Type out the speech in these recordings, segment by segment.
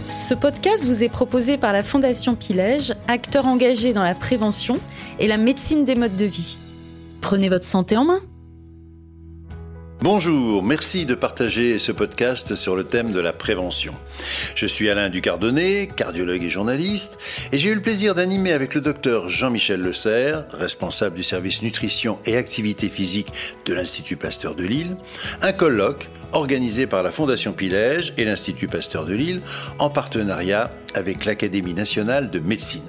Ce podcast vous est proposé par la Fondation Pilège, acteur engagé dans la prévention et la médecine des modes de vie. Prenez votre santé en main. Bonjour, merci de partager ce podcast sur le thème de la prévention. Je suis Alain Ducardonnet, cardiologue et journaliste, et j'ai eu le plaisir d'animer avec le docteur Jean-Michel Lecerf, responsable du service nutrition et activité physique de l'Institut Pasteur de Lille, un colloque organisé par la Fondation Pilège et l'Institut Pasteur de Lille en partenariat avec l'Académie nationale de médecine.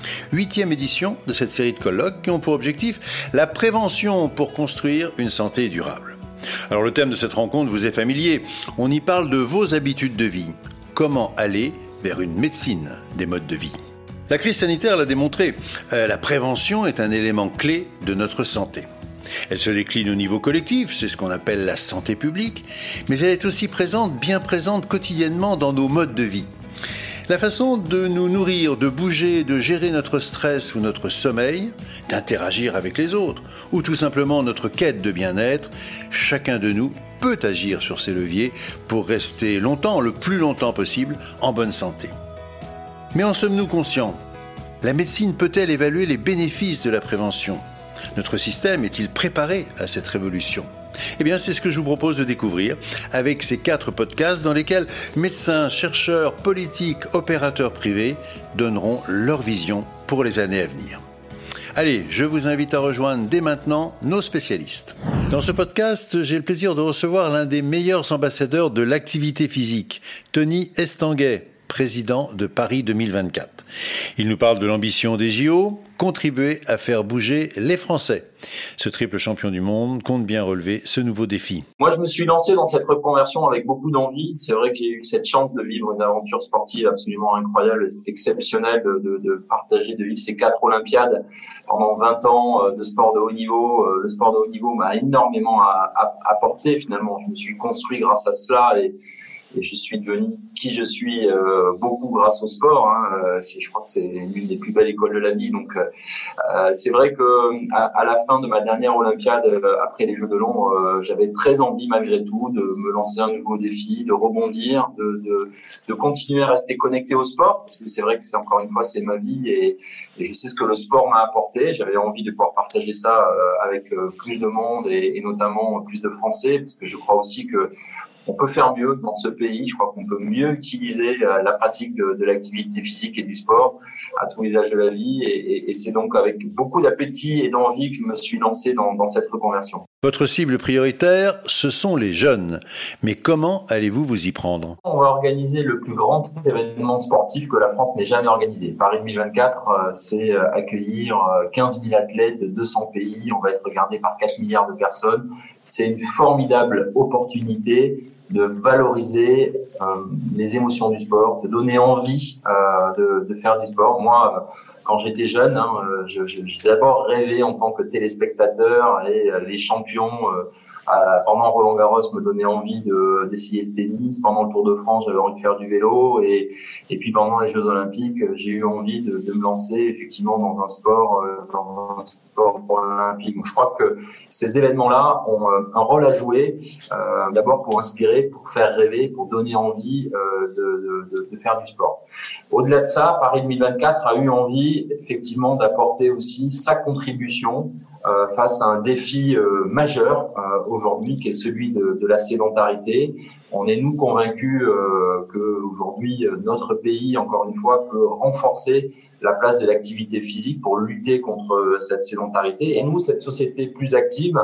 8e édition de cette série de colloques qui ont pour objectif la prévention pour construire une santé durable. Alors le thème de cette rencontre vous est familier. On y parle de vos habitudes de vie. Comment aller vers une médecine des modes de vie. La crise sanitaire l'a démontré. La prévention est un élément clé de notre santé. Elle se décline au niveau collectif, c'est ce qu'on appelle la santé publique, mais elle est aussi bien présente quotidiennement dans nos modes de vie. La façon de nous nourrir, de bouger, de gérer notre stress ou notre sommeil, d'interagir avec les autres, ou tout simplement notre quête de bien-être, chacun de nous peut agir sur ces leviers pour rester longtemps, le plus longtemps possible, en bonne santé. Mais en sommes-nous conscients ? La médecine peut-elle évaluer les bénéfices de la prévention ? Notre système est-il préparé à cette révolution ? Eh bien, c'est ce que je vous propose de découvrir avec ces 4 podcasts dans lesquels médecins, chercheurs, politiques, opérateurs privés donneront leur vision pour les années à venir. Allez, je vous invite à rejoindre dès maintenant nos spécialistes. Dans ce podcast, j'ai le plaisir de recevoir l'un des meilleurs ambassadeurs de l'activité physique, Tony Estanguet, président de Paris 2024. Il nous parle de l'ambition des JO, contribuer à faire bouger les Français. Ce triple champion du monde compte bien relever ce nouveau défi. Moi, je me suis lancé dans cette reconversion avec beaucoup d'envie. C'est vrai que j'ai eu cette chance de vivre une aventure sportive absolument incroyable, exceptionnelle, de partager, de vivre ces 4 Olympiades pendant 20 ans de sport de haut niveau. Le sport de haut niveau m'a énormément apporté finalement. Je me suis construit grâce à cela et je suis devenu qui je suis beaucoup grâce au sport. Je crois que c'est l'une des plus belles écoles de la vie. Donc, c'est vrai que à la fin de ma dernière Olympiade, après les Jeux de Londres, j'avais très envie malgré tout de me lancer un nouveau défi, de rebondir, de continuer à rester connecté au sport, parce que c'est vrai que c'est encore une fois c'est ma vie et je sais ce que le sport m'a apporté. J'avais envie de pouvoir partager ça avec plus de monde et notamment plus de Français, parce que je crois aussi que on peut faire mieux dans ce pays. Je crois qu'on peut mieux utiliser la pratique de l'activité physique et du sport à tous les âges de la vie. Et c'est donc avec beaucoup d'appétit et d'envie que je me suis lancé dans cette reconversion. Votre cible prioritaire, ce sont les jeunes. Mais comment allez-vous vous y prendre ? On va organiser le plus grand événement sportif que la France n'ait jamais organisé. Paris 2024, c'est accueillir 15 000 athlètes de 200 pays. On va être regardé par 4 milliards de personnes. C'est une formidable opportunité de valoriser les émotions du sport, de donner envie de faire du sport. Moi, quand j'étais jeune, j'ai d'abord rêvé en tant que téléspectateur et les champions pendant Roland-Garros me donnaient envie d'essayer le tennis. Pendant le Tour de France, j'avais envie de faire du vélo et puis pendant les Jeux Olympiques, j'ai eu envie de me lancer effectivement dans un sport olympique. Donc, je crois que ces événements-là ont un rôle à jouer, d'abord pour inspirer, pour faire rêver, pour donner envie de faire du sport. Au-delà de ça, Paris 2024 a eu envie effectivement d'apporter aussi sa contribution face à un défi majeur aujourd'hui qui est celui de la sédentarité. On est nous convaincus que aujourd'hui notre pays encore une fois peut renforcer la place de l'activité physique pour lutter contre cette sédentarité. Et nous, cette société plus active,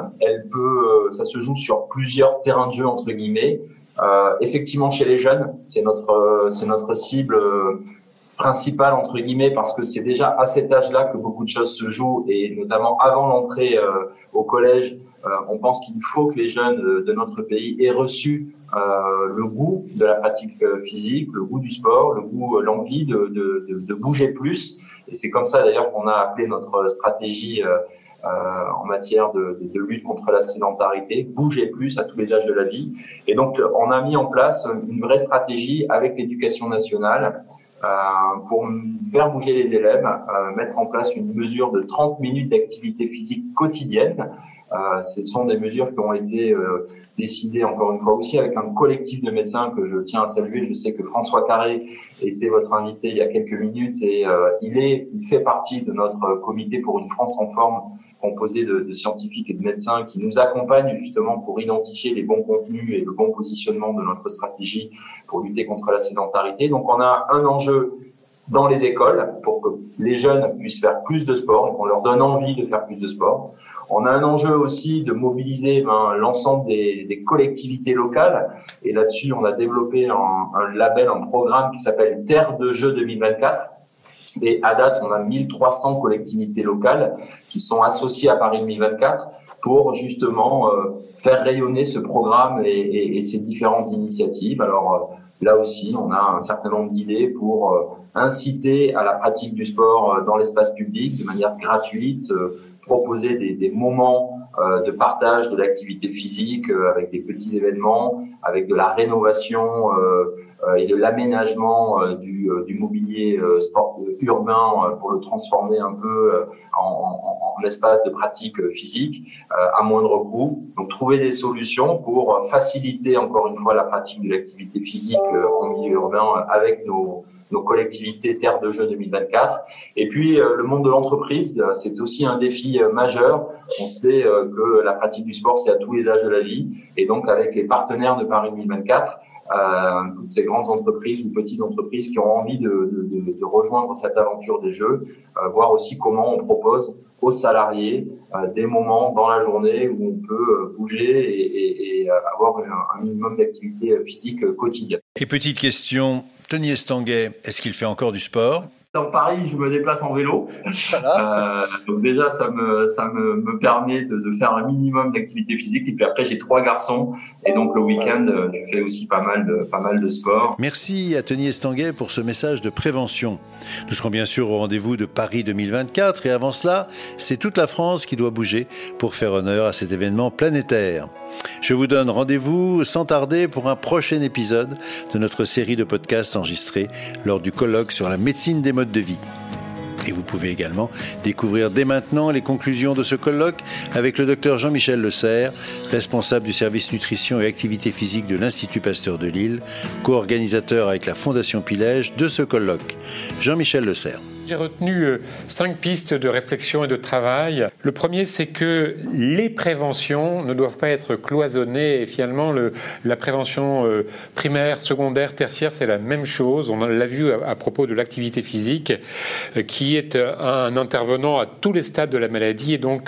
ça se joue sur plusieurs terrains de jeu entre guillemets. Effectivement, chez les jeunes, c'est notre cible principale entre guillemets parce que c'est déjà à cet âge-là que beaucoup de choses se jouent et notamment avant l'entrée au collège, on pense qu'il faut que les jeunes de notre pays aient reçu le goût de la pratique physique, le goût du sport, l'envie de bouger plus. Et c'est comme ça d'ailleurs qu'on a appelé notre stratégie en matière de lutte contre la sédentarité, bouger plus à tous les âges de la vie. Et donc on a mis en place une vraie stratégie avec l'éducation nationale pour faire bouger les élèves, mettre en place une mesure de 30 minutes d'activité physique quotidienne Ce sont des mesures qui ont été décidées, encore une fois aussi, avec un collectif de médecins que je tiens à saluer. Je sais que François Carré était votre invité il y a quelques minutes et il fait partie de notre comité pour une France en forme, composé de scientifiques et de médecins qui nous accompagnent justement pour identifier les bons contenus et le bon positionnement de notre stratégie pour lutter contre la sédentarité. Donc on a un enjeu dans les écoles pour que les jeunes puissent faire plus de sport et qu'on leur donne envie de faire plus de sport. On a un enjeu aussi de mobiliser l'ensemble des collectivités locales. Et là-dessus, on a développé un label, un programme qui s'appelle Terre de Jeux 2024. Et à date, on a 1300 collectivités locales qui sont associées à Paris 2024 pour justement faire rayonner ce programme et ces différentes initiatives. Alors là aussi, on a un certain nombre d'idées pour inciter à la pratique du sport dans l'espace public de manière gratuite, proposer des moments de partage de l'activité physique avec des petits événements, avec de la rénovation et de l'aménagement du mobilier sport urbain pour le transformer un peu en espace de pratique physique à moindre coût. Donc trouver des solutions pour faciliter encore une fois la pratique de l'activité physique en milieu urbain avec nos collectivités Terre de Jeux 2024. Et puis, le monde de l'entreprise, c'est aussi un défi majeur. On sait que la pratique du sport, c'est à tous les âges de la vie. Et donc, avec les partenaires de Paris 2024, toutes ces grandes entreprises ou petites entreprises qui ont envie de rejoindre cette aventure des Jeux, voir aussi comment on propose aux salariés des moments dans la journée où on peut bouger et avoir un minimum d'activité physique quotidienne. Et petite question, Tony Estanguet, est-ce qu'il fait encore du sport ? Dans Paris, je me déplace en vélo. Voilà. Donc déjà, ça me permet de faire un minimum d'activité physique. Et puis après, j'ai 3 garçons. Et donc, le week-end, je fais aussi pas mal de sport. Merci à Tony Estanguet pour ce message de prévention. Nous serons bien sûr au rendez-vous de Paris 2024. Et avant cela, c'est toute la France qui doit bouger pour faire honneur à cet événement planétaire. Je vous donne rendez-vous sans tarder pour un prochain épisode de notre série de podcasts enregistrés lors du colloque sur la médecine des modes de vie. Et vous pouvez également découvrir dès maintenant les conclusions de ce colloque avec le docteur Jean-Michel Lecerf, responsable du service nutrition et activité physique de l'Institut Pasteur de Lille, co-organisateur avec la Fondation Pilège de ce colloque. Jean-Michel Lecerf. J'ai retenu 5 pistes de réflexion et de travail. Le premier, c'est que les préventions ne doivent pas être cloisonnées et finalement la prévention primaire, secondaire, tertiaire, c'est la même chose. On l'a vu à propos de l'activité physique qui est un intervenant à tous les stades de la maladie et donc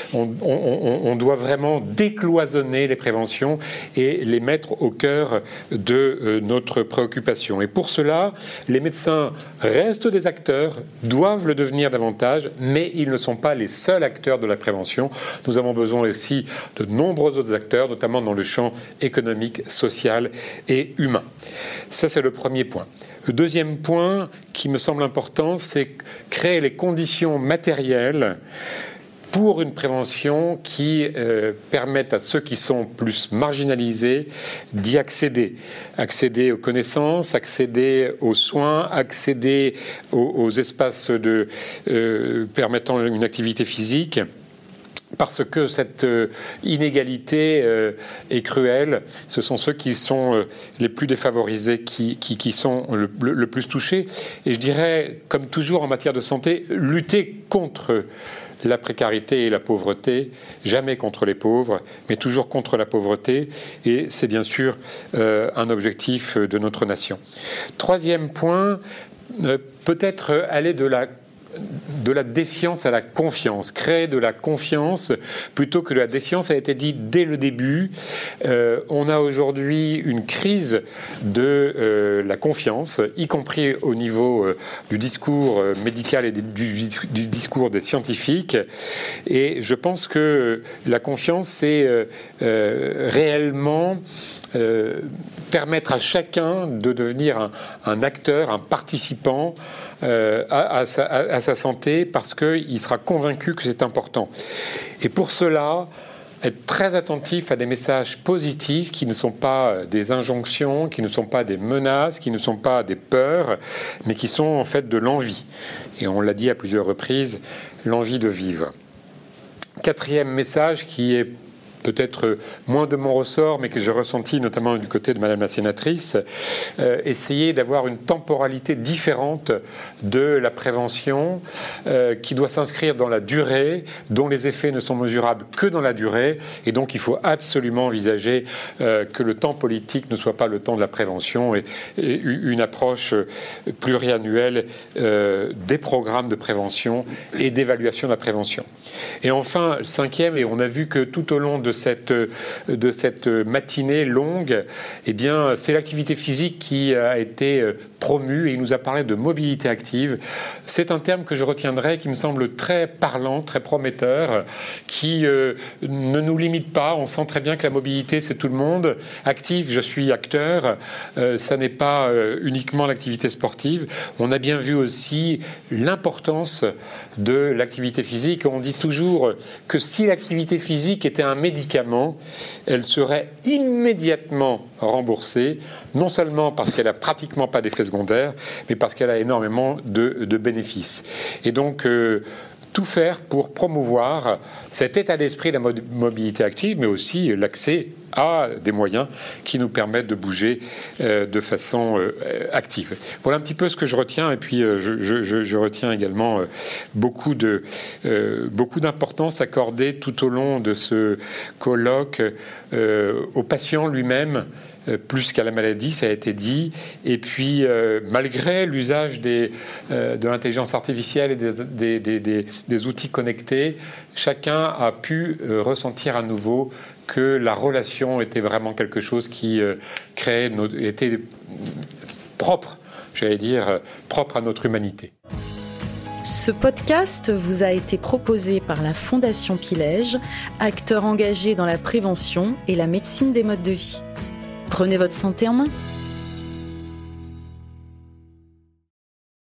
on doit vraiment décloisonner les préventions et les mettre au cœur de notre préoccupation. Et pour cela, les médecins restent des acteurs, doivent le devenir davantage, mais ils ne sont pas les seuls acteurs de la prévention. Nous avons besoin aussi de nombreux autres acteurs, notamment dans le champ économique, social et humain. Ça, c'est le premier point. Le deuxième point qui me semble important, c'est créer les conditions matérielles pour une prévention qui permette à ceux qui sont plus marginalisés d'y accéder. Accéder aux connaissances, accéder aux soins, accéder aux espaces permettant une activité physique. Parce que cette inégalité est cruelle. Ce sont ceux qui sont les plus défavorisés qui sont le plus touchés. Et je dirais, comme toujours en matière de santé, lutter contre la précarité et la pauvreté, jamais contre les pauvres, mais toujours contre la pauvreté, et c'est bien sûr un objectif de notre nation. Troisième point, peut-être aller de la défiance à la confiance, créer de la confiance plutôt que de la défiance. Ça a été dit dès le début. On a aujourd'hui une crise de la confiance, y compris au niveau du discours médical et du discours des scientifiques. Et je pense que la confiance, c'est réellement permettre à chacun de devenir un acteur, un participant à sa santé parce qu'il sera convaincu que c'est important. Et pour cela, être très attentif à des messages positifs qui ne sont pas des injonctions, qui ne sont pas des menaces, qui ne sont pas des peurs, mais qui sont en fait de l'envie. Et on l'a dit à plusieurs reprises, l'envie de vivre. Quatrième message qui est peut-être moins de mon ressort, mais que j'ai ressenti notamment du côté de Madame la sénatrice, essayer d'avoir une temporalité différente de la prévention qui doit s'inscrire dans la durée, dont les effets ne sont mesurables que dans la durée, et donc il faut absolument envisager que le temps politique ne soit pas le temps de la prévention et une approche pluriannuelle des programmes de prévention et d'évaluation de la prévention. Et enfin, le cinquième, et on a vu que tout au long de cette matinée longue, eh bien, c'est l'activité physique qui a été promue, et il nous a parlé de mobilité active. C'est un terme que je retiendrai, qui me semble très parlant, très prometteur, qui ne nous limite pas. On sent très bien que la mobilité, c'est tout le monde. Actif, je suis acteur, ça n'est pas uniquement l'activité sportive. On a bien vu aussi l'importance de l'activité physique. On dit toujours que si l'activité physique était un médicament, elle serait immédiatement remboursée, non seulement parce qu'elle n'a pratiquement pas d'effets secondaires, mais parce qu'elle a énormément de bénéfices. Et donc, tout faire pour promouvoir cet état d'esprit de la mobilité active, mais aussi l'accès à des moyens qui nous permettent de bouger de façon active. Voilà un petit peu ce que je retiens, et puis je retiens également beaucoup d'importance accordée tout au long de ce colloque au patient lui-même, plus qu'à la maladie, ça a été dit. Et puis, malgré l'usage de l'intelligence artificielle et des outils connectés, chacun a pu ressentir à nouveau que la relation était vraiment quelque chose qui était propre, propre à notre humanité. Ce podcast vous a été proposé par la Fondation Pilège, acteur engagé dans la prévention et la médecine des modes de vie. Prenez votre santé en main.